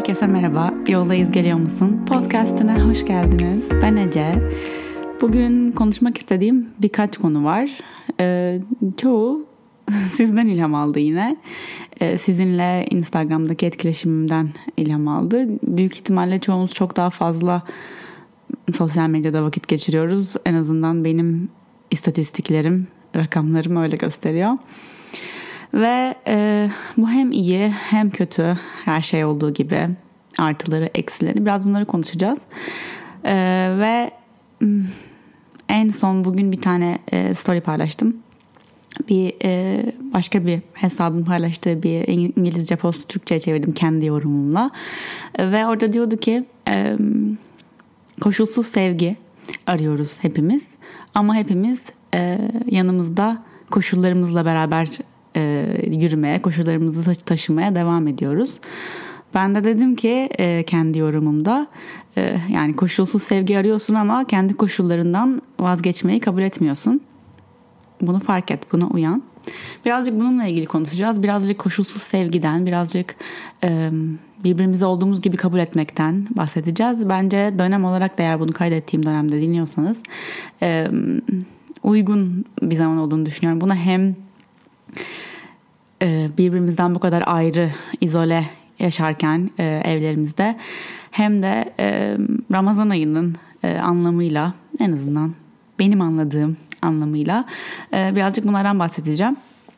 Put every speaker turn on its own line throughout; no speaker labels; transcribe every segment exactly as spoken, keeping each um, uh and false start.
Herkese merhaba, Yoldayız Geliyor Musun? Podcast'ine hoş geldiniz. Ben Ece. Bugün konuşmak istediğim birkaç konu var. Ee, çoğu sizden ilham aldı yine. Ee, sizinle Instagram'daki etkileşimimden ilham aldı. Büyük ihtimalle çoğumuz çok daha fazla sosyal medyada vakit geçiriyoruz. En azından benim istatistiklerim, rakamlarım öyle gösteriyor. Ve e, bu hem iyi hem kötü, her şey olduğu gibi artıları, eksileri, biraz bunları konuşacağız. E, ve en son bugün bir tane e, story paylaştım. Bir e, başka bir hesabın paylaştığı bir İngilizce postu Türkçe'ye çevirdim kendi yorumumla. E, ve orada diyordu ki e, koşulsuz sevgi arıyoruz hepimiz. Ama hepimiz e, yanımızda koşullarımızla beraber e, yürümeye, koşullarımızı taşımaya devam ediyoruz. Ben de dedim ki e, kendi yorumumda e, yani koşulsuz sevgi arıyorsun ama kendi koşullarından vazgeçmeyi kabul etmiyorsun. Bunu fark et, buna uyan. Birazcık bununla ilgili konuşacağız. Birazcık koşulsuz sevgiden, birazcık e, birbirimizi olduğumuz gibi kabul etmekten bahsedeceğiz. Bence dönem olarak da eğer bunu kaydettiğim dönemde dinliyorsanız e, uygun bir zaman olduğunu düşünüyorum. Buna hem e, birbirimizden bu kadar ayrı, izole yaşarken e, evlerimizde hem de e, Ramazan ayının e, anlamıyla, en azından benim anladığım anlamıyla e, birazcık bunlardan bahsedeceğim.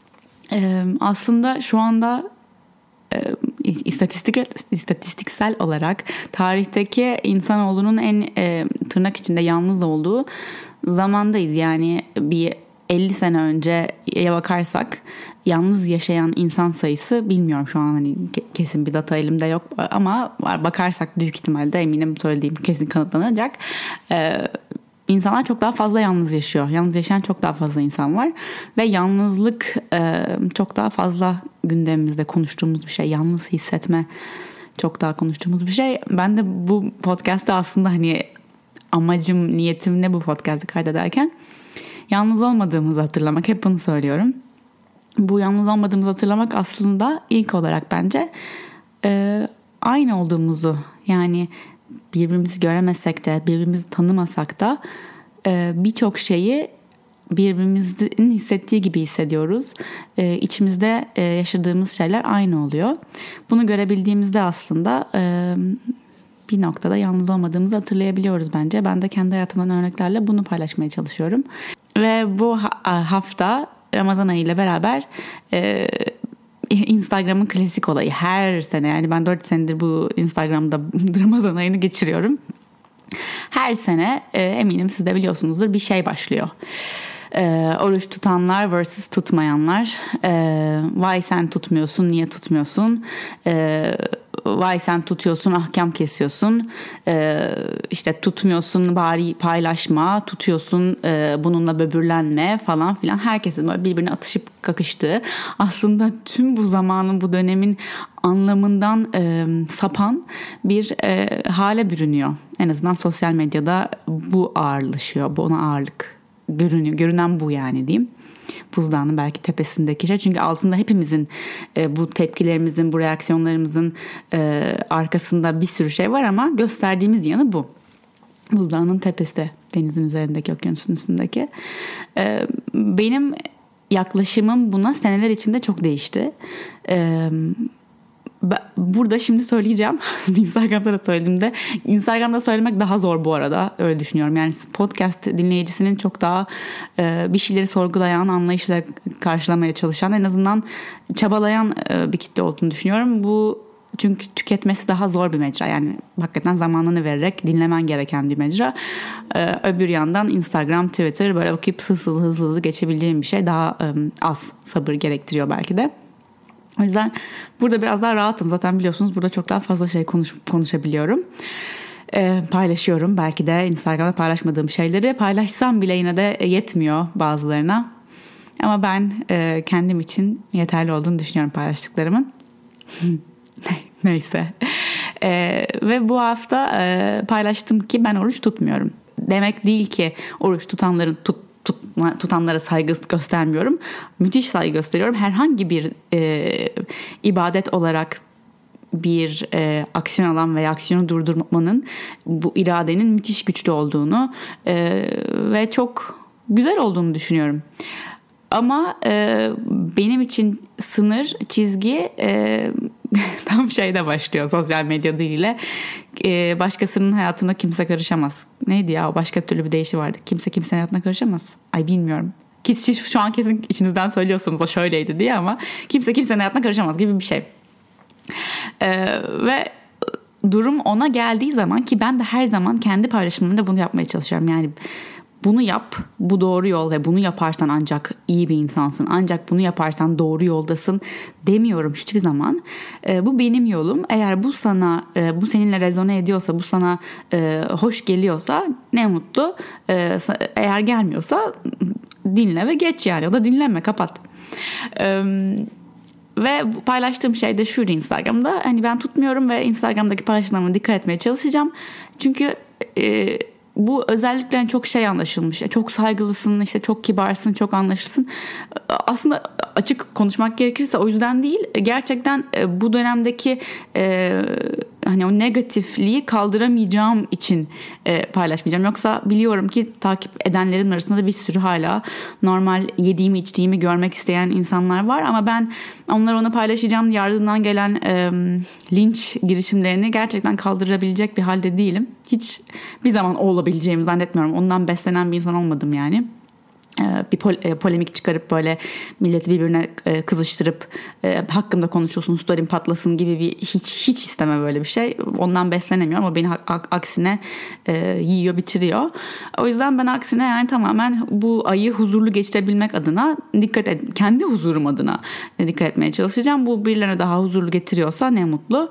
E, aslında şu anda e, istatistik istatistiksel olarak tarihteki insanoğlunun en e, tırnak içinde yalnız olduğu zamandayız. Yani bir elli sene önceye bakarsak yalnız yaşayan insan sayısı, bilmiyorum şu an hani kesin bir data elimde yok ama bakarsak büyük ihtimalle eminim söylediğim kesin kanıtlanacak. Ee, insanlar çok daha fazla yalnız yaşıyor. Yalnız yaşayan çok daha fazla insan var ve yalnızlık e, çok daha fazla gündemimizde konuştuğumuz bir şey. Yalnız hissetme çok daha konuştuğumuz bir şey. Ben de bu podcast'te aslında hani amacım, niyetim ne bu podcast'ı kaydederken? Yalnız olmadığımızı hatırlamak. Hep bunu söylüyorum. Bu yalnız olmadığımızı hatırlamak aslında ilk olarak bence e, aynı olduğumuzu, yani birbirimizi göremesek de, birbirimizi tanımasak da e, birçok şeyi birbirimizin hissettiği gibi hissediyoruz. E, içimizde e, yaşadığımız şeyler aynı oluyor. Bunu görebildiğimizde aslında e, bir noktada yalnız olmadığımızı hatırlayabiliyoruz bence. Ben de kendi hayatımdan örneklerle bunu paylaşmaya çalışıyorum. Ve bu hafta Ramazan ayı ile beraber e, Instagram'ın klasik olayı her sene, yani ben dört senedir bu Instagram'da Ramazan ayını geçiriyorum. Her sene e, eminim siz de biliyorsunuzdur, bir şey başlıyor. E, oruç tutanlar versus tutmayanlar. E, vay sen tutmuyorsun, niye tutmuyorsun? E, vay sen tutuyorsun, ahkam kesiyorsun. E, işte tutmuyorsun, bari paylaşma, tutuyorsun, e, bununla böbürlenme falan filan. Herkesin böyle birbirine atışıp kakıştığı, aslında tüm bu zamanın, bu dönemin anlamından e, sapan bir e, hale bürünüyor. En azından sosyal medyada bu ağırlaşıyor, bu ona ağırlık görünüyor. Görünen bu, yani diyeyim. Buzdağının belki tepesindeki şey. Çünkü altında hepimizin e, bu tepkilerimizin, bu reaksiyonlarımızın e, arkasında bir sürü şey var ama gösterdiğimiz yanı bu. Buzdağının tepesi, denizin üzerindeki, okyanusun üstündeki. E, benim yaklaşımım buna seneler içinde çok değişti. E, Burada şimdi söyleyeceğim. Instagram'da da söylediğimde. Instagram'da söylemek daha zor bu arada. Öyle düşünüyorum. Yani podcast dinleyicisinin çok daha e, bir şeyleri sorgulayan, anlayışla karşılamaya çalışan, en azından çabalayan e, bir kitle olduğunu düşünüyorum. Bu çünkü tüketmesi daha zor bir mecra. Yani hakikaten zamanını vererek dinlemen gereken bir mecra. E, öbür yandan Instagram, Twitter böyle bakıp hızlı hızlı hızlı geçebileceğim bir şey. Daha e, az sabır gerektiriyor belki de. O yüzden burada biraz daha rahatım. Zaten biliyorsunuz burada çok daha fazla şey konuş, konuşabiliyorum. Ee, paylaşıyorum. Belki de Instagram'da paylaşmadığım şeyleri paylaşsam bile yine de yetmiyor bazılarına. Ama ben e, kendim için yeterli olduğunu düşünüyorum paylaştıklarımın. Neyse. Ee, ve bu hafta e, paylaştım ki ben oruç tutmuyorum. Demek değil ki oruç tutanların tut Tutma, tutanlara saygı göstermiyorum. Müthiş saygı gösteriyorum. Herhangi bir e, ibadet olarak bir e, aksiyon alan veya aksiyonu durdurmanın, bu iradenin müthiş güçlü olduğunu e, ve çok güzel olduğunu düşünüyorum. Ama e, benim için sınır, çizgi e, tam şeyde başlıyor, sosyal medya diliyle. E, başkasının hayatına kimse karışamaz. Neydi ya, o başka türlü bir deyişi vardı. Kimse kimsenin hayatına karışamaz. Ay bilmiyorum. Siz şu an kesin içinizden söylüyorsunuz o şöyleydi diye, ama kimse kimsenin hayatına karışamaz gibi bir şey. E, ve durum ona geldiği zaman, ki ben de her zaman kendi paylaşımımda bunu yapmaya çalışıyorum. Yani bunu yap, bu doğru yol ve bunu yaparsan ancak iyi bir insansın, ancak bunu yaparsan doğru yoldasın demiyorum hiçbir zaman. E, bu benim yolum. Eğer bu sana, e, bu seninle rezone ediyorsa, bu sana e, hoş geliyorsa ne mutlu. E, eğer gelmiyorsa dinle ve geç yani, ya da dinleme, kapat. E, Ve paylaştığım şey de şuydu Instagram'da. Hani ben tutmuyorum ve Instagram'daki paylaşımlarıma dikkat etmeye çalışacağım. Çünkü e, bu özellikle çok şey anlaşılmış. Çok saygılısın, işte çok kibarsın, çok anlaşılsın. Aslında açık konuşmak gerekirse o yüzden değil. Gerçekten bu dönemdeki e, hani o negatifliği kaldıramayacağım için e, paylaşmayacağım. Yoksa biliyorum ki takip edenlerin arasında da bir sürü hala normal yediğimi içtiğimi görmek isteyen insanlar var. Ama ben onları ona paylaşacağım diye ardından gelen e, linç girişimlerini gerçekten kaldırabilecek bir halde değilim. Hiç bir zaman olabileceğimi zannetmiyorum. Ondan beslenen bir insan olmadım yani. Bir polemik çıkarıp böyle milleti birbirine kızıştırıp hakkımda konuşulsun, story'im patlasın gibi bir hiç hiç istemem böyle bir şey. Ondan beslenemiyorum. O beni aksine yiyor, bitiriyor. O yüzden ben aksine yani tamamen bu ayı huzurlu geçirebilmek adına dikkat et, kendi huzurum adına dikkat etmeye çalışacağım. Bu birilerine daha huzurlu getiriyorsa ne mutlu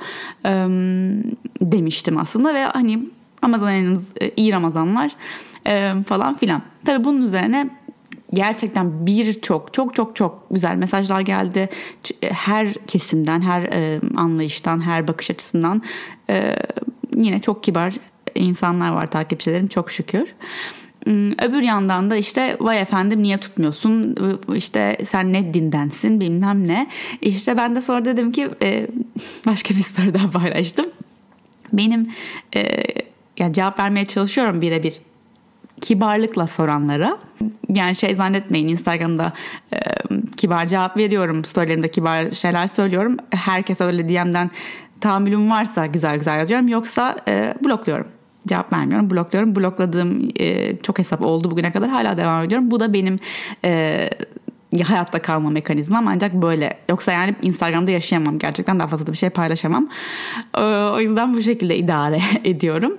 demiştim aslında ve hani Ramazan ayınız iyi Ramazanlar falan filan. Tabii bunun üzerine gerçekten birçok çok çok çok güzel mesajlar geldi. Her kesimden, her e, anlayıştan, her bakış açısından e, yine çok kibar insanlar var takipçilerim, çok şükür. Öbür yandan da işte vay efendim niye tutmuyorsun, işte sen ne dindensin bilmem ne. İşte ben de sonra dedim ki e, başka bir story daha paylaştım. Benim e, yani cevap vermeye çalışıyorum birebir kibarlıkla soranlara. Yani şey zannetmeyin, Instagram'da e, kibar cevap veriyorum, storylerimde kibar şeyler söylüyorum. Herkese öyle D M'den tahammülüm varsa güzel güzel yazıyorum. Yoksa e, blokluyorum. Cevap vermiyorum, blokluyorum. Blokladığım e, çok hesap oldu bugüne kadar, hala devam ediyorum. Bu da benim e, hayatta kalma mekanizmam, ancak böyle. Yoksa yani Instagram'da yaşayamam. Gerçekten daha fazla da bir şey paylaşamam. E, o yüzden bu şekilde idare ediyorum.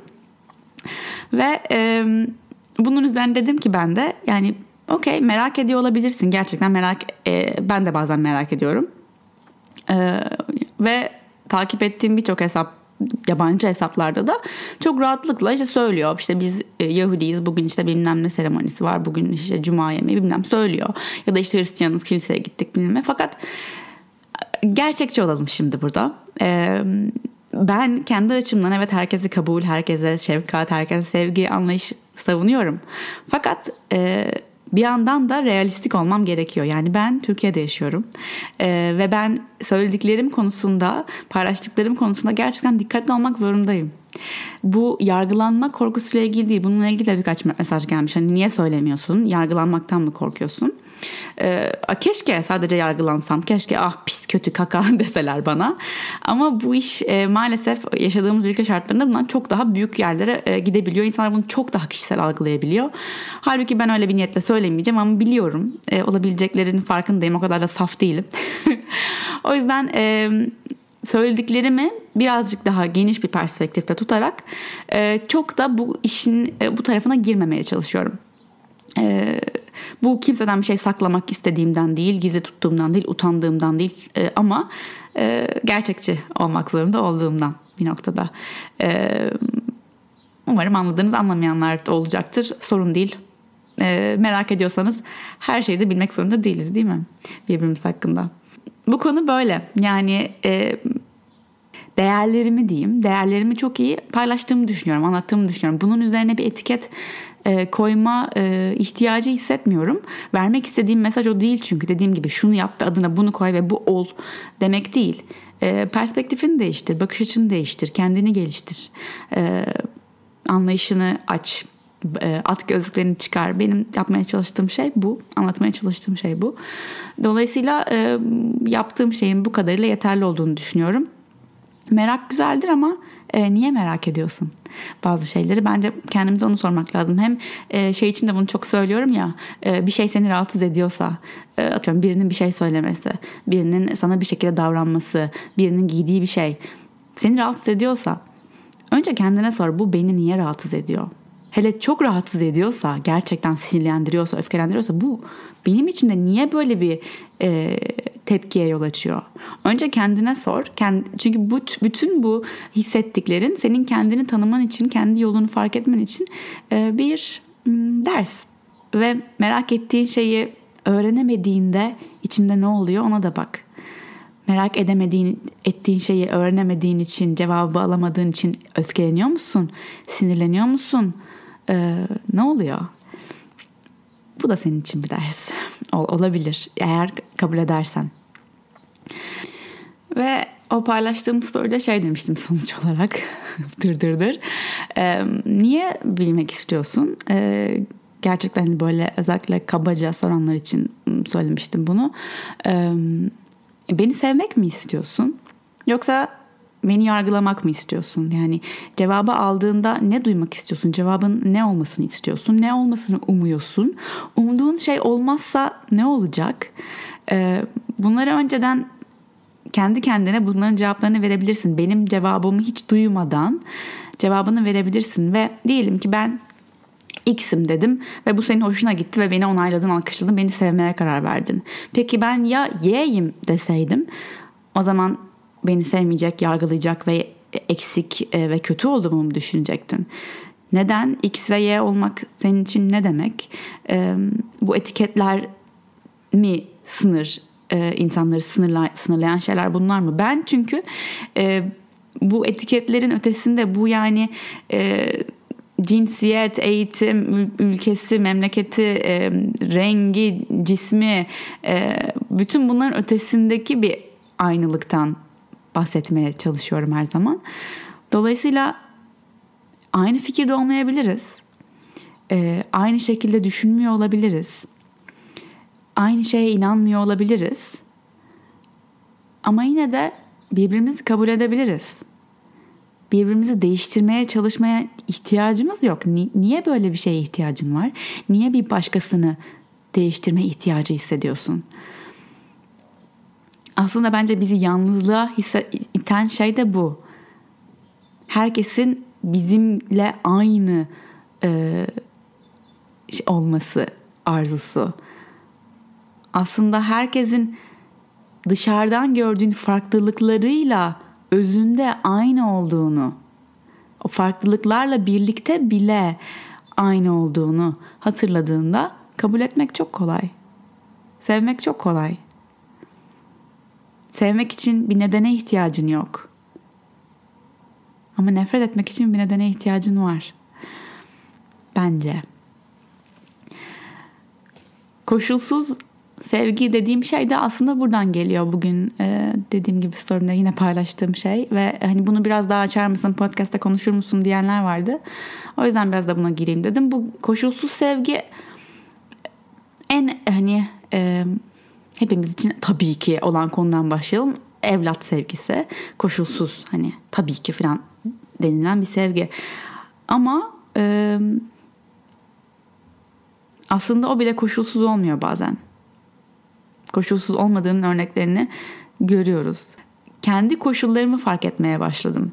Ve e, bunun üzerine dedim ki ben de yani okey, merak ediyor olabilirsin. Gerçekten merak, e, ben de bazen merak ediyorum. E, ve takip ettiğim birçok hesap, yabancı hesaplarda da çok rahatlıkla işte söylüyor. İşte biz e, Yahudiyiz, bugün işte bilmem ne seremonisi var, bugün işte cuma yemeği bilmem söylüyor. Ya da işte Hristiyanız, kiliseye gittik bilmem ne. Fakat gerçekçi olalım şimdi burada. E, ben kendi açımdan evet herkesi kabul, herkese şefkat, herkese sevgi, anlayış savunuyorum. Fakat e, bir yandan da realistik olmam gerekiyor. Yani ben Türkiye'de yaşıyorum e, ve ben söylediklerim konusunda, paylaştıklarım konusunda gerçekten dikkatli olmak zorundayım. Bu yargılanma korkusuyla ilgili değil. Bununla ilgili de birkaç mesaj gelmiş. Hani niye söylemiyorsun? Yargılanmaktan mı korkuyorsun? Ee, keşke sadece yargılansam. Keşke ah pis kötü kaka deseler bana. Ama bu iş e, maalesef yaşadığımız ülke şartlarında bundan çok daha büyük yerlere e, gidebiliyor. İnsanlar bunu çok daha kişisel algılayabiliyor. Halbuki ben öyle bir niyetle söylemeyeceğim ama biliyorum. E, olabileceklerin farkındayım. O kadar da saf değilim. O yüzden E, söylediklerimi birazcık daha geniş bir perspektifte tutarak e, çok da bu işin e, bu tarafına girmemeye çalışıyorum. E, bu kimseden bir şey saklamak istediğimden değil, gizli tuttuğumdan değil, utandığımdan değil e, ama e, gerçekçi olmak zorunda olduğumdan bir noktada. E, umarım anladığınız, anlamayanlar da olacaktır. Sorun değil. E, merak ediyorsanız her şeyi de bilmek zorunda değiliz, değil mi? Birbirimiz hakkında. Bu konu böyle. Yani e, değerlerimi diyeyim. Değerlerimi çok iyi paylaştığımı düşünüyorum, anlattığımı düşünüyorum. Bunun üzerine bir etiket e, koyma e, ihtiyacı hissetmiyorum. Vermek istediğim mesaj o değil çünkü. Dediğim gibi şunu yap ve adına bunu koy ve bu ol demek değil. E, perspektifini değiştir, bakış açını değiştir, kendini geliştir. E, anlayışını aç, e, at gözlüklerini çıkar. Benim yapmaya çalıştığım şey bu, anlatmaya çalıştığım şey bu. Dolayısıyla e, yaptığım şeyin bu kadarıyla yeterli olduğunu düşünüyorum. Merak güzeldir ama e, niye merak ediyorsun bazı şeyleri? Bence kendimize onu sormak lazım. Hem e, şey için de bunu çok söylüyorum ya, e, bir şey seni rahatsız ediyorsa, e, atıyorum birinin bir şey söylemesi, birinin sana bir şekilde davranması, birinin giydiği bir şey seni rahatsız ediyorsa önce kendine sor, bu beni niye rahatsız ediyor? Hele çok rahatsız ediyorsa, gerçekten sinirlendiriyorsa, öfkelendiriyorsa bu benim içimde niye böyle bir e, tepkiye yol açıyor? Önce kendine sor. Kend, çünkü bu, bütün bu hissettiklerin senin kendini tanıman için, kendi yolunu fark etmen için e, bir m, ders. Ve merak ettiğin şeyi öğrenemediğinde içinde ne oluyor ona da bak. Merak edemediğin, ettiğin şeyi öğrenemediğin için, cevabı alamadığın için öfkeleniyor musun? Sinirleniyor musun? Ee, ne oluyor? Bu da senin için bir ders. Ol, olabilir eğer kabul edersen. Ve o paylaştığım story'de şey demiştim sonuç olarak. dır dır dır. Ee, niye bilmek istiyorsun? Ee, gerçekten böyle özellikle kabaca soranlar için söylemiştim bunu. Ee, beni sevmek mi istiyorsun? Yoksa beni yargılamak mı istiyorsun? Yani cevabı aldığında ne duymak istiyorsun? Cevabın ne olmasını istiyorsun? Ne olmasını umuyorsun? Umduğun şey olmazsa ne olacak? Ee, bunları önceden kendi kendine bunların cevaplarını verebilirsin. Benim cevabımı hiç duymadan cevabını verebilirsin. Ve diyelim ki ben X'im dedim ve bu senin hoşuna gitti ve beni onayladın, alkışladın, beni sevmeye karar verdin. Peki ben ya Y'yim deseydim, o zaman beni sevmeyecek, yargılayacak ve eksik ve kötü olduğumu mu düşünecektin? Neden? X ve Y olmak senin için ne demek? Ee, bu etiketler mi sınır? Ee, insanları sınırla, sınırlayan şeyler bunlar mı? Ben çünkü e, bu etiketlerin ötesinde bu yani e, cinsiyet, eğitim, ülkesi, memleketi, e, rengi, cismi, e, bütün bunların ötesindeki bir aynılıktan bahsetmeye çalışıyorum her zaman. Dolayısıyla aynı fikirde olmayabiliriz. E, aynı şekilde düşünmüyor olabiliriz. Aynı şeye inanmıyor olabiliriz. Ama yine de birbirimizi kabul edebiliriz. Birbirimizi değiştirmeye çalışmaya ihtiyacımız yok. Niye böyle bir şeye ihtiyacın var? Niye bir başkasını değiştirme ihtiyacı hissediyorsun? Aslında bence bizi yalnızlığa iten şey de bu. Herkesin bizimle aynı e, olması arzusu. Aslında herkesin dışarıdan gördüğün farklılıklarıyla özünde aynı olduğunu, o farklılıklarla birlikte bile aynı olduğunu hatırladığında kabul etmek çok kolay. Sevmek çok kolay. Sevmek için bir nedene ihtiyacın yok. Ama nefret etmek için bir nedene ihtiyacın var. Bence. Koşulsuz sevgi dediğim şey de aslında buradan geliyor. Bugün e, dediğim gibi story'imde yine paylaştığım şey ve hani bunu biraz daha açar mısın, podcast'ta konuşur musun diyenler vardı. O yüzden biraz da buna gireyim dedim. Bu koşulsuz sevgi en hani e, hepimiz için tabii ki olan konudan başlayalım. Evlat sevgisi. Koşulsuz hani tabii ki falan denilen bir sevgi. Ama e, aslında o bile koşulsuz olmuyor bazen. Koşulsuz olmadığının örneklerini görüyoruz. Kendi koşullarımı fark etmeye başladım.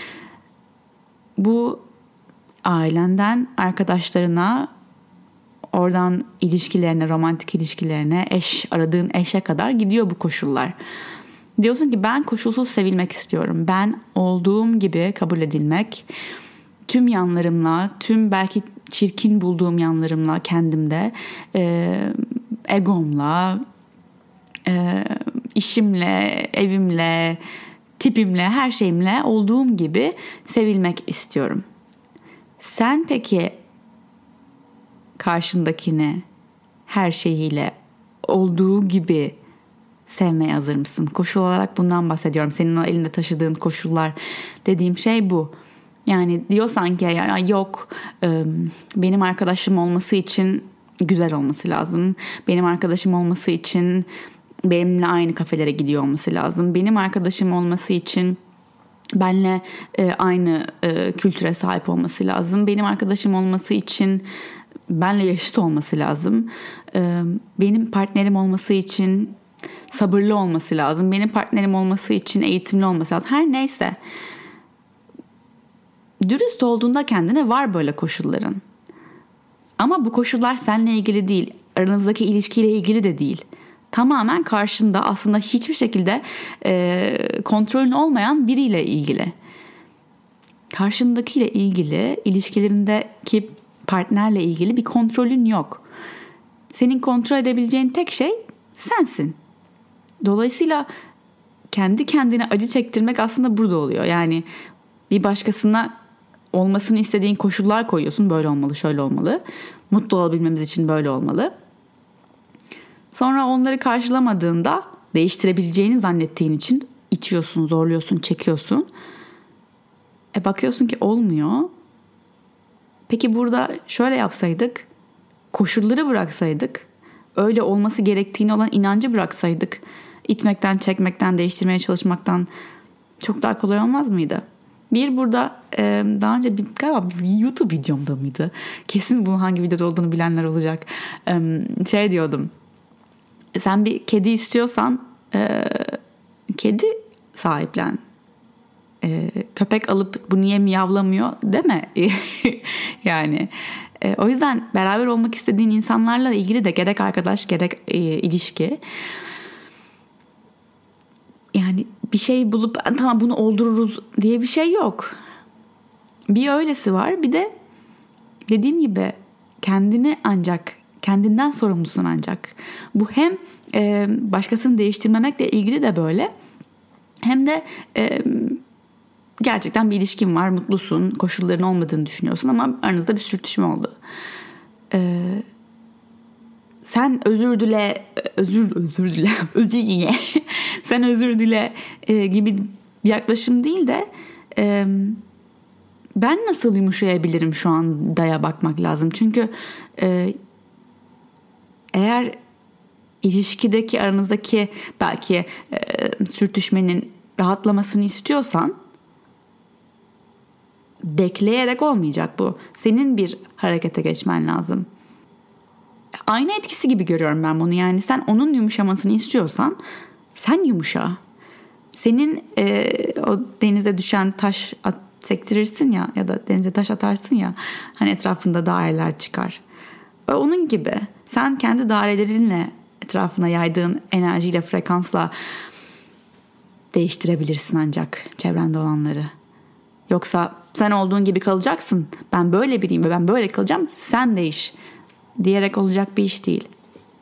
Bu ailenden arkadaşlarına, oradan ilişkilerine, romantik ilişkilerine, eş aradığın eşe kadar gidiyor bu koşullar. Diyorsun ki ben koşulsuz sevilmek istiyorum. Ben olduğum gibi kabul edilmek, tüm yanlarımla, tüm belki çirkin bulduğum yanlarımla kendimde, e, egomla, e, işimle, evimle, tipimle, her şeyimle olduğum gibi sevilmek istiyorum. Sen peki karşındakini her şeyiyle olduğu gibi sevmeye hazır mısın? Koşul olarak bundan bahsediyorum. Senin o elinde taşıdığın koşullar dediğim şey bu. Yani diyorsan ki ya yok benim arkadaşım olması için güzel olması lazım. Benim arkadaşım olması için benimle aynı kafelere gidiyor olması lazım. Benim arkadaşım olması için benle aynı kültüre sahip olması lazım. Benim arkadaşım olması için benle yaşıt olması lazım. Benim partnerim olması için sabırlı olması lazım. Benim partnerim olması için eğitimli olması lazım. Her neyse. Dürüst olduğunda kendine var böyle koşulların. Ama bu koşullar seninle ilgili değil. Aranızdaki ilişkiyle ilgili de değil. Tamamen karşında aslında hiçbir şekilde e, kontrolün olmayan biriyle ilgili. Karşındakiyle ilgili, ilişkilerindeki partnerle ilgili bir kontrolün yok. Senin kontrol edebileceğin tek şey sensin. Dolayısıyla kendi kendine acı çektirmek aslında burada oluyor. Yani bir başkasına olmasını istediğin koşullar koyuyorsun. Böyle olmalı, şöyle olmalı. Mutlu olabilmemiz için böyle olmalı. Sonra onları karşılamadığında değiştirebileceğini zannettiğin için itiyorsun, zorluyorsun, çekiyorsun. E bakıyorsun ki olmuyor. Peki burada şöyle yapsaydık, koşulları bıraksaydık, öyle olması gerektiğini olan inancı bıraksaydık, itmekten, çekmekten, değiştirmeye çalışmaktan çok daha kolay olmaz mıydı? Bir burada e, daha önce bir, galiba bir YouTube videomda mıydı? Kesin bunun hangi videoda olduğunu bilenler olacak. E, şey diyordum. Sen bir kedi istiyorsan e, kedi sahiplen. E, köpek alıp bu niye miyavlamıyor deme. Yani e, o yüzden beraber olmak istediğin insanlarla ilgili de gerek arkadaş gerek e, ilişki. Yani bir şey bulup tamam bunu oldururuz diye bir şey yok. Bir öylesi var, bir de dediğim gibi kendini ancak kendinden sorumlusun ancak. Bu hem e, başkasını değiştirmemekle ilgili de böyle, hem de e, gerçekten bir ilişkin var, mutlusun, koşulların olmadığını düşünüyorsun ama aranızda bir sürtüşme oldu. E, sen özür dile, özür özür dile, özür dile, sen özür dile e, gibi bir yaklaşım değil de e, ben nasıl yumuşayabilirim şu an daya bakmak lazım. Çünkü e, eğer ilişkideki aranızdaki belki e, sürtüşmenin rahatlamasını istiyorsan bekleyerek olmayacak bu. Senin bir harekete geçmen lazım. Ayna etkisi gibi görüyorum ben bunu. Yani sen onun yumuşamasını istiyorsan sen yumuşa. Senin e, o denize düşen taş at, sektirirsin ya ya da denize taş atarsın ya, hani etrafında daireler çıkar. Onun gibi sen kendi dairelerinle etrafına yaydığın enerjiyle, frekansla değiştirebilirsin ancak çevrende olanları. Yoksa sen olduğun gibi kalacaksın. Ben böyle biriyim ve ben böyle kalacağım. Sen değiş diyerek olacak bir iş değil.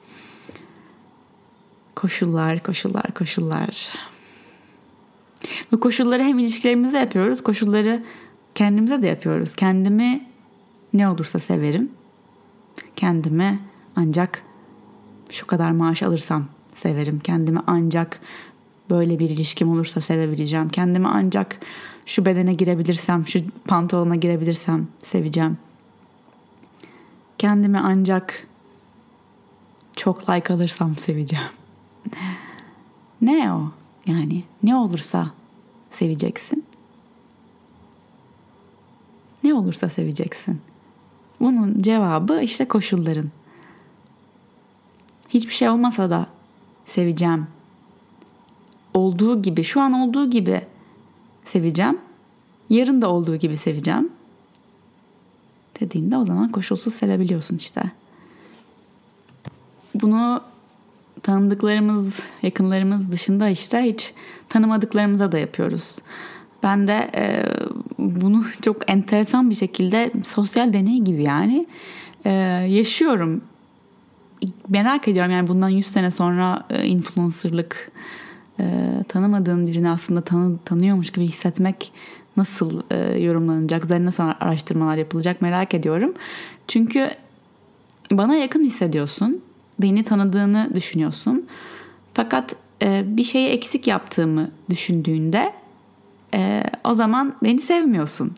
Koşullar, koşullar, koşullar. Bu koşulları hem ilişkilerimizde yapıyoruz, koşulları kendimize de yapıyoruz. Kendimi ne olursa severim. Kendimi ancak şu kadar maaş alırsam severim. Kendimi ancak böyle bir ilişkim olursa sevebileceğim. Kendimi ancak şu bedene girebilirsem, şu pantolona girebilirsem seveceğim. Kendimi ancak çok like alırsam seveceğim. Ne o? Yani ne olursa seveceksin. Ne olursa seveceksin. Bunun cevabı işte koşulların. Hiçbir şey olmasa da seveceğim. Olduğu gibi, şu an olduğu gibi seveceğim. Yarın da olduğu gibi seveceğim. Dediğinde o zaman koşulsuz sevebiliyorsun işte. Bunu tanıdıklarımız, yakınlarımız dışında işte hiç tanımadıklarımıza da yapıyoruz. Ben de e, bunu çok enteresan bir şekilde sosyal deney gibi yani e, yaşıyorum. Merak ediyorum yani bundan yüz sene sonra e, influencerlık, e, tanımadığın birini aslında tanı, tanıyormuş gibi hissetmek nasıl e, yorumlanacak, üzerine nasıl araştırmalar yapılacak merak ediyorum. Çünkü bana yakın hissediyorsun, beni tanıdığını düşünüyorsun. Fakat e, bir şeyi eksik yaptığımı düşündüğünde e, o zaman beni sevmiyorsun.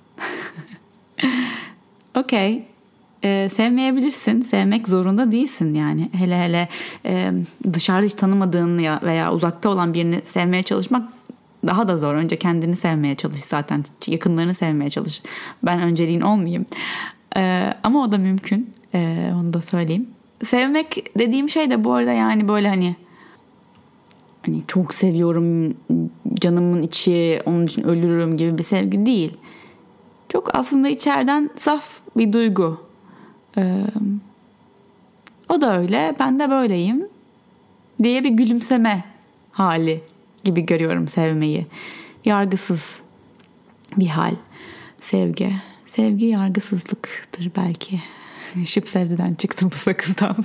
Okey. Ee, sevmeyebilirsin. Sevmek zorunda değilsin yani. Hele hele e, dışarıda hiç tanımadığın ya veya uzakta olan birini sevmeye çalışmak daha da zor. Önce kendini sevmeye çalış zaten. Yakınlarını sevmeye çalış. Ben önceliğin olmayayım. Ee, ama o da mümkün. Ee, onu da söyleyeyim. Sevmek dediğim şey de bu arada yani böyle hani hani çok seviyorum, canımın içi, onun için ölürüm gibi bir sevgi değil. Çok aslında içeriden saf bir duygu. Ee, o da öyle, ben de böyleyim diye bir gülümseme hali gibi görüyorum sevmeyi. Yargısız bir hal. Sevgi. Sevgi yargısızlıktır belki. Şıp sevdiden çıktı bu sakızdan.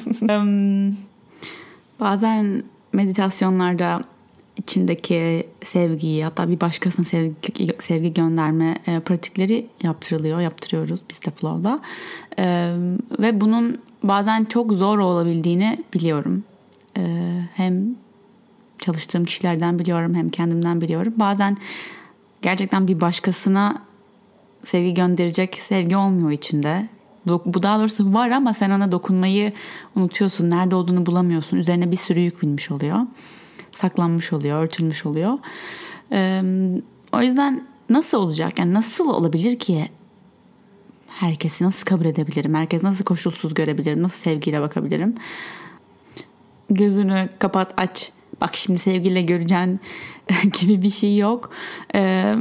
Bazen meditasyonlarda içindeki sevgiyi, hatta bir başkasına sevgi, sevgi gönderme e, pratikleri yaptırılıyor, yaptırıyoruz biz de Flow'da. E, ve bunun bazen çok zor olabildiğini biliyorum. E, hem çalıştığım kişilerden biliyorum, hem kendimden biliyorum. Bazen gerçekten bir başkasına sevgi gönderecek sevgi olmuyor içinde. Bu daha doğrusu var ama sen ona dokunmayı unutuyorsun. Nerede olduğunu bulamıyorsun. Üzerine bir sürü yük binmiş oluyor. Saklanmış oluyor, örtülmüş oluyor. Ee, o yüzden nasıl olacak? Yani nasıl olabilir ki herkesi nasıl kabul edebilirim? Herkes nasıl koşulsuz görebilirim? Nasıl sevgiyle bakabilirim? Gözünü kapat, aç. Bak şimdi sevgiyle göreceksin gibi bir şey yok. Ee,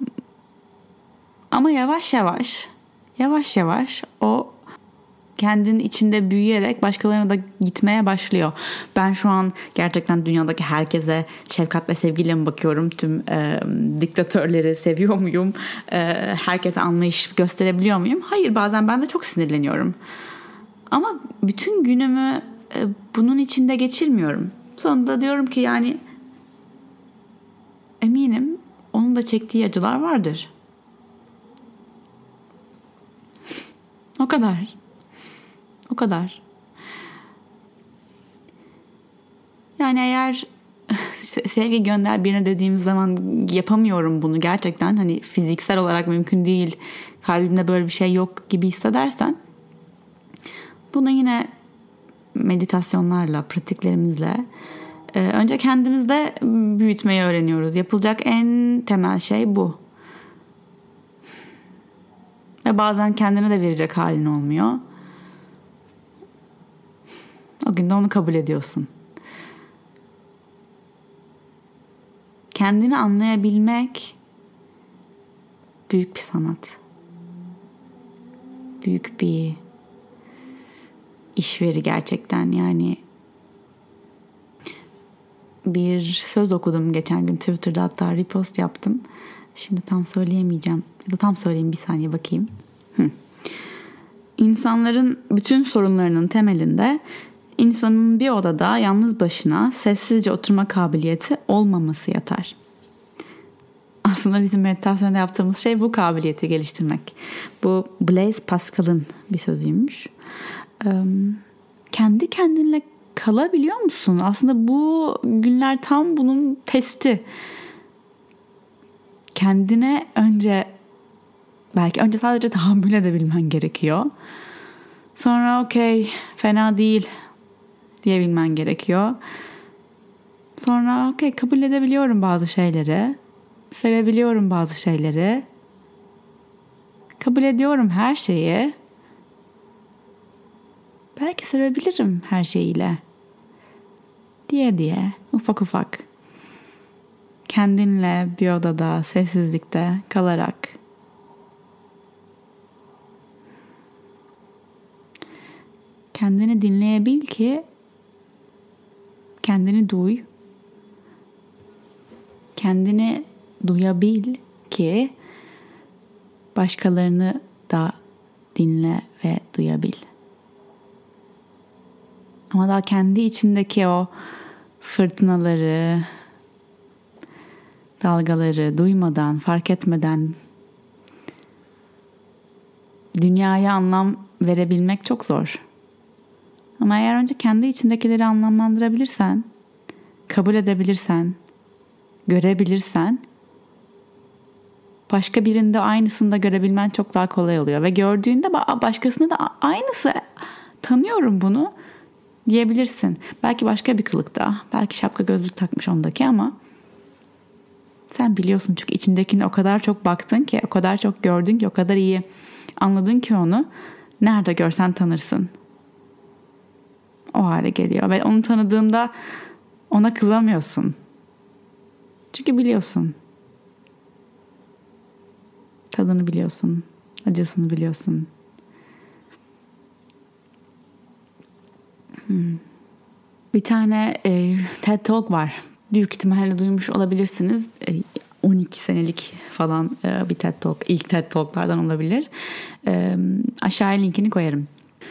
ama yavaş yavaş, yavaş yavaş o kendinin içinde büyüyerek başkalarına da gitmeye başlıyor. Ben şu an gerçekten dünyadaki herkese şefkat ve sevgiyle mi bakıyorum? Tüm e, diktatörleri seviyor muyum? E, herkese anlayış gösterebiliyor muyum? Hayır, bazen ben de çok sinirleniyorum. Ama bütün günümü e, bunun içinde geçirmiyorum. Sonunda diyorum ki yani eminim onun da çektiği acılar vardır. O kadar. O kadar. Yani eğer sevgi gönder birine dediğimiz zaman yapamıyorum bunu gerçekten, hani fiziksel olarak mümkün değil, kalbimde böyle bir şey yok gibi hissedersen, bunu yine meditasyonlarla, pratiklerimizle önce kendimizde büyütmeyi öğreniyoruz. Yapılacak en temel şey bu. Ve bazen kendine de verecek halin olmuyor. O gün de onu kabul ediyorsun. Kendini anlayabilmek büyük bir sanat. Büyük bir işveri gerçekten. Yani bir söz okudum geçen gün Twitter'da, hatta repost yaptım. Şimdi tam söyleyemeyeceğim. Ya da tam söyleyeyim, bir saniye bakayım. Hı. İnsanların bütün sorunlarının temelinde İnsanın bir odada yalnız başına sessizce oturma kabiliyeti olmaması yatar. Aslında bizim meditasyonda yaptığımız şey bu kabiliyeti geliştirmek. Bu Blaise Pascal'ın bir sözüymüş. Ee, kendi kendinle kalabiliyor musun? Aslında bu günler tam bunun testi. Kendine önce, belki önce sadece tahammül edebilmen gerekiyor. Sonra okey, fena değil diyebilmen gerekiyor. Sonra okey, kabul edebiliyorum bazı şeyleri. Sevebiliyorum bazı şeyleri. Kabul ediyorum her şeyi. Belki sevebilirim her şeyiyle. Diye diye ufak ufak kendinle bir odada sessizlikte kalarak kendini dinleyebil ki kendini duy. Kendini duyabil ki başkalarını da dinle ve duyabil. Ama daha kendi içindeki o fırtınaları, dalgaları duymadan, fark etmeden dünyaya anlam verebilmek çok zor. Ama eğer önce kendi içindekileri anlamlandırabilirsen, kabul edebilirsen, görebilirsen başka birinde aynısını da görebilmen çok daha kolay oluyor. Ve gördüğünde başkasında da aynısı, tanıyorum bunu diyebilirsin. Belki başka bir kılıkta, belki şapka gözlük takmış ondaki ama sen biliyorsun çünkü içindekine o kadar çok baktın ki, o kadar çok gördün ki, o kadar iyi anladın ki onu. Nerede görsen tanırsın. O hale geliyor ve onu tanıdığında ona kızamıyorsun. Çünkü biliyorsun. Tadını biliyorsun. Acısını biliyorsun. Hmm. Bir tane e, TED Talk var. Büyük ihtimalle duymuş olabilirsiniz. E, on iki senelik falan e, bir TED Talk. İlk TED Talk'lardan olabilir. E, aşağıya linkini koyarım.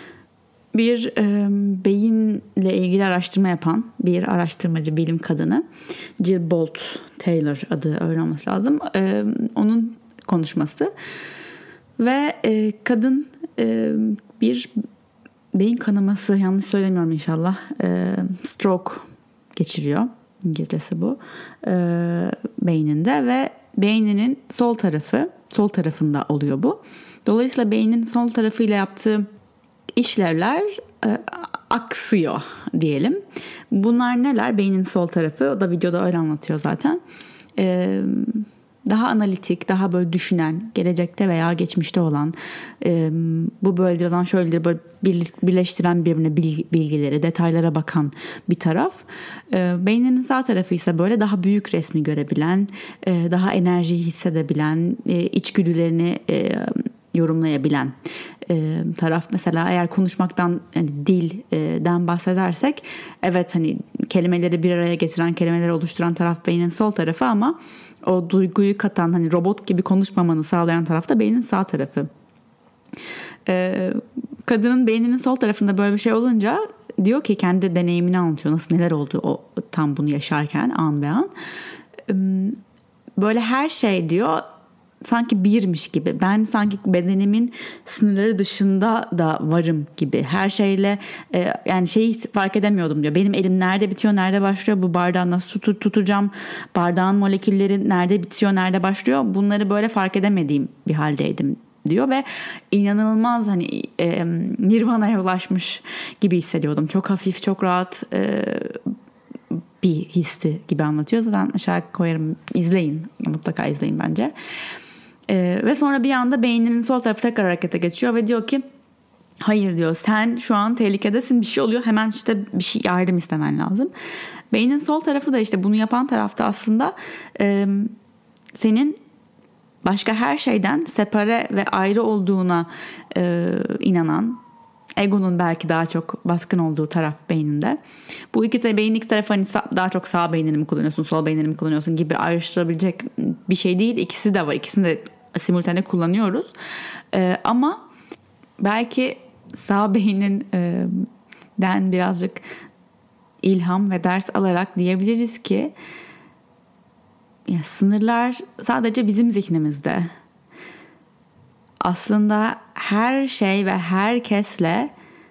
Bir e, beyinle ilgili araştırma yapan bir araştırmacı, bilim kadını. Jill Bolte Taylor adı öyle olması lazım. E, onun konuşması. Ve e, kadın e, bir beyin kanaması, yanlış söylemiyorum inşallah, e, stroke geçiriyor. İngilizcesi bu. E, beyninde ve beyninin sol tarafı, sol tarafında oluyor bu. Dolayısıyla beynin sol tarafıyla yaptığı işlevler e, aksıyor diyelim. Bunlar neler? Beynin sol tarafı, o da videoda öyle anlatıyor zaten. E, daha analitik, daha böyle düşünen, gelecekte veya geçmişte olan, e, bu böyledir o zaman şöyledir, böyle birleştiren birbirine bilgileri, detaylara bakan bir taraf. E, beyninin sağ tarafı ise böyle daha büyük resmi görebilen, e, daha enerjiyi hissedebilen, e, içgüdülerini e, yorumlayabilen e, taraf. Mesela eğer konuşmaktan, yani dilden bahsedersek, evet hani kelimeleri bir araya getiren, kelimeleri oluşturan taraf beynin sol tarafı ama o duyguyu katan, hani robot gibi konuşmamanı sağlayan taraf da beynin sağ tarafı. Ee, kadının beyninin sol tarafında böyle bir şey olunca diyor ki, kendi deneyimini anlatıyor. Nasıl, neler oldu o tam bunu yaşarken, an be an. Ee, böyle her şey diyor sanki birmiş gibi. Ben sanki bedenimin sınırları dışında da varım gibi. Her şeyle e, yani şeyi fark edemiyordum diyor. Benim elim nerede bitiyor, nerede başlıyor? Bu bardağı nasıl tut- tutacağım? Bardağın molekülleri nerede bitiyor, nerede başlıyor? Bunları böyle fark edemediğim bir haldeydim diyor ve inanılmaz hani e, nirvana'ya ulaşmış gibi hissediyordum. Çok hafif, çok rahat e, bir histi gibi anlatıyor. Zaten aşağı koyarım, izleyin. Mutlaka izleyin bence. Ee, ve sonra bir anda beyninin sol tarafı tekrar harekete geçiyor ve diyor ki, hayır diyor, sen şu an tehlikedesin, bir şey oluyor, hemen işte bir şey, yardım istemen lazım. Beynin sol tarafı da işte bunu yapan tarafta aslında e, senin başka her şeyden separe ve ayrı olduğuna e, inanan, egonun belki daha çok baskın olduğu taraf beyninde. Bu iki de beyin iki tarafı hani daha çok sağ beynini mi kullanıyorsun, sol beynini mi kullanıyorsun gibi ayrıştırabilecek bir şey değil. İkisi de var. İkisini de simultane kullanıyoruz. Ee, ama belki sağ beyninden birazcık ilham ve ders alarak diyebiliriz ki ya, sınırlar sadece bizim zihnimizde. Aslında her şey ve herkesle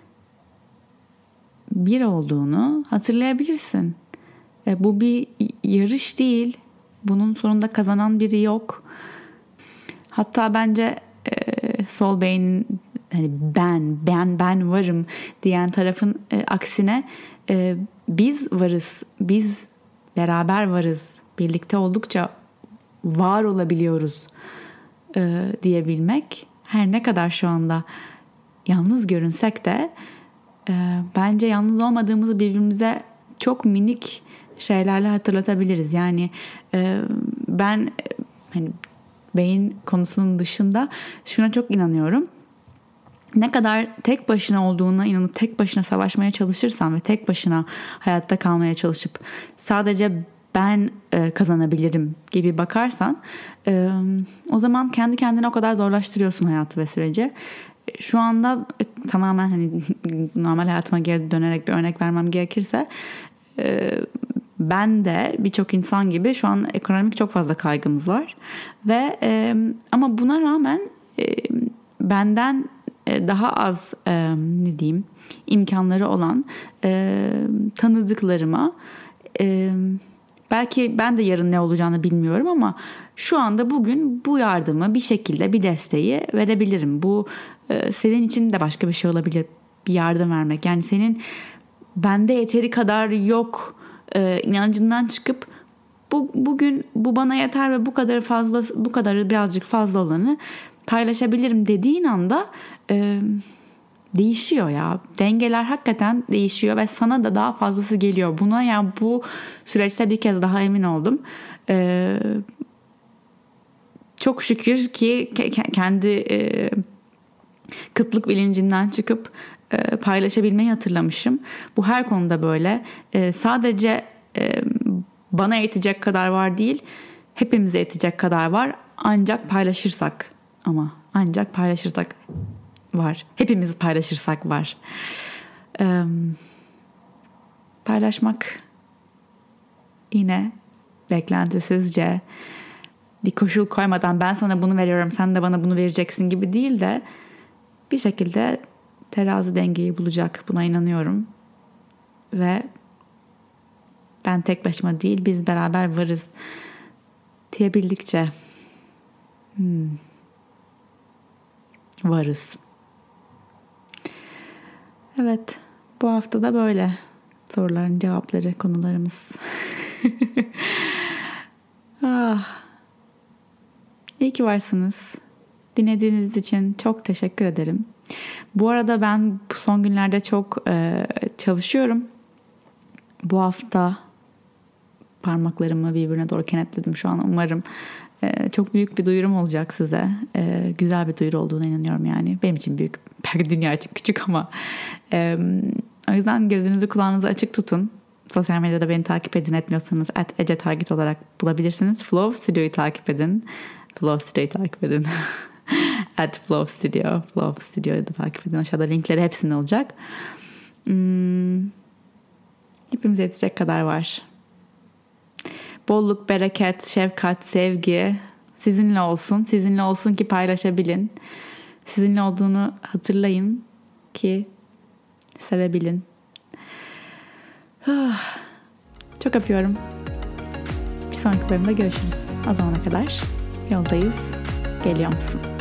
bir olduğunu hatırlayabilirsin. E, bu bir yarış değil. Bunun sonunda kazanan biri yok. Hatta bence e, sol beynin hani ben, ben, ben varım diyen tarafın e, aksine e, biz varız, biz beraber varız, birlikte oldukça var olabiliyoruz e, diyebilmek, her ne kadar şu anda yalnız görünsek de e, bence yalnız olmadığımızı birbirimize çok minik şeylerle hatırlatabiliriz. Yani e, ben e, hani beyin konusunun dışında şuna çok inanıyorum. Ne kadar tek başına olduğuna inanıp tek başına savaşmaya çalışırsan ve tek başına hayatta kalmaya çalışıp sadece ben e, kazanabilirim gibi bakarsan e, o zaman kendi kendine o kadar zorlaştırıyorsun hayatı ve süreci. E, şu anda e, tamamen hani normal hayatıma geri dönerek bir örnek vermem gerekirse e, ben de birçok insan gibi şu an ekonomik çok fazla kaygımız var ve e, ama buna rağmen e, benden e, daha az e, ne diyeyim imkanları olan e, tanıdıklarıma Ee, belki ben de yarın ne olacağını bilmiyorum ama şu anda bugün bu yardımı bir şekilde, bir desteği verebilirim. Bu e, senin için de başka bir şey olabilir, bir yardım vermek. Yani senin bende yeteri kadar yok e, inancından çıkıp bu bugün bu bana yeter ve bu kadar fazla, bu kadarı birazcık fazla olanı paylaşabilirim dediğin anda e, değişiyor ya. Dengeler hakikaten değişiyor ve sana da daha fazlası geliyor. Buna yani bu süreçte bir kez daha emin oldum. E, çok şükür ki ke- kendi e, kıtlık bilincimden çıkıp e, paylaşabilmeyi hatırlamışım. Bu her konuda böyle. E, sadece e, bana yetecek kadar var değil, hepimize yetecek kadar var. Ancak paylaşırsak ama ancak paylaşırsak var. Hepimiz paylaşırsak var. Ee, paylaşmak yine beklentisizce bir koşul koymadan ben sana bunu veriyorum, sen de bana bunu vereceksin gibi değil de bir şekilde terazi dengeyi bulacak. Buna inanıyorum. Ve ben tek başıma değil, biz beraber varız diyebildikçe hmm, varız. Evet, bu hafta da böyle soruların cevapları, konularımız. ah. İyi ki varsınız. Dinlediğiniz için çok teşekkür ederim. Bu arada ben bu son günlerde çok e, çalışıyorum. Bu hafta parmaklarımı birbirine doğru kenetledim şu an. Umarım e, çok büyük bir duyurum olacak size. E, güzel bir duyuru olduğuna inanıyorum yani. Benim için büyük, belki dünya için küçük ama. E, o yüzden gözünüzü kulağınızı açık tutun. Sosyal medyada beni takip edin, etmiyorsanız at Ece Target olarak bulabilirsiniz. Flow Studio'yu takip edin. Flow Studio'yu takip edin. at Flow Studio. Flow Studio'yu da takip edin. Aşağıda linkleri hepsinde olacak. Hmm. Hepimize yetecek kadar var. Bolluk, bereket, şefkat, sevgi sizinle olsun. Sizinle olsun ki paylaşabilin. Sizinle olduğunu hatırlayın ki sevebilin. Çok öpüyorum. Bir sonraki bölümde görüşürüz. O zamana kadar yoldayız. Geliyor musun?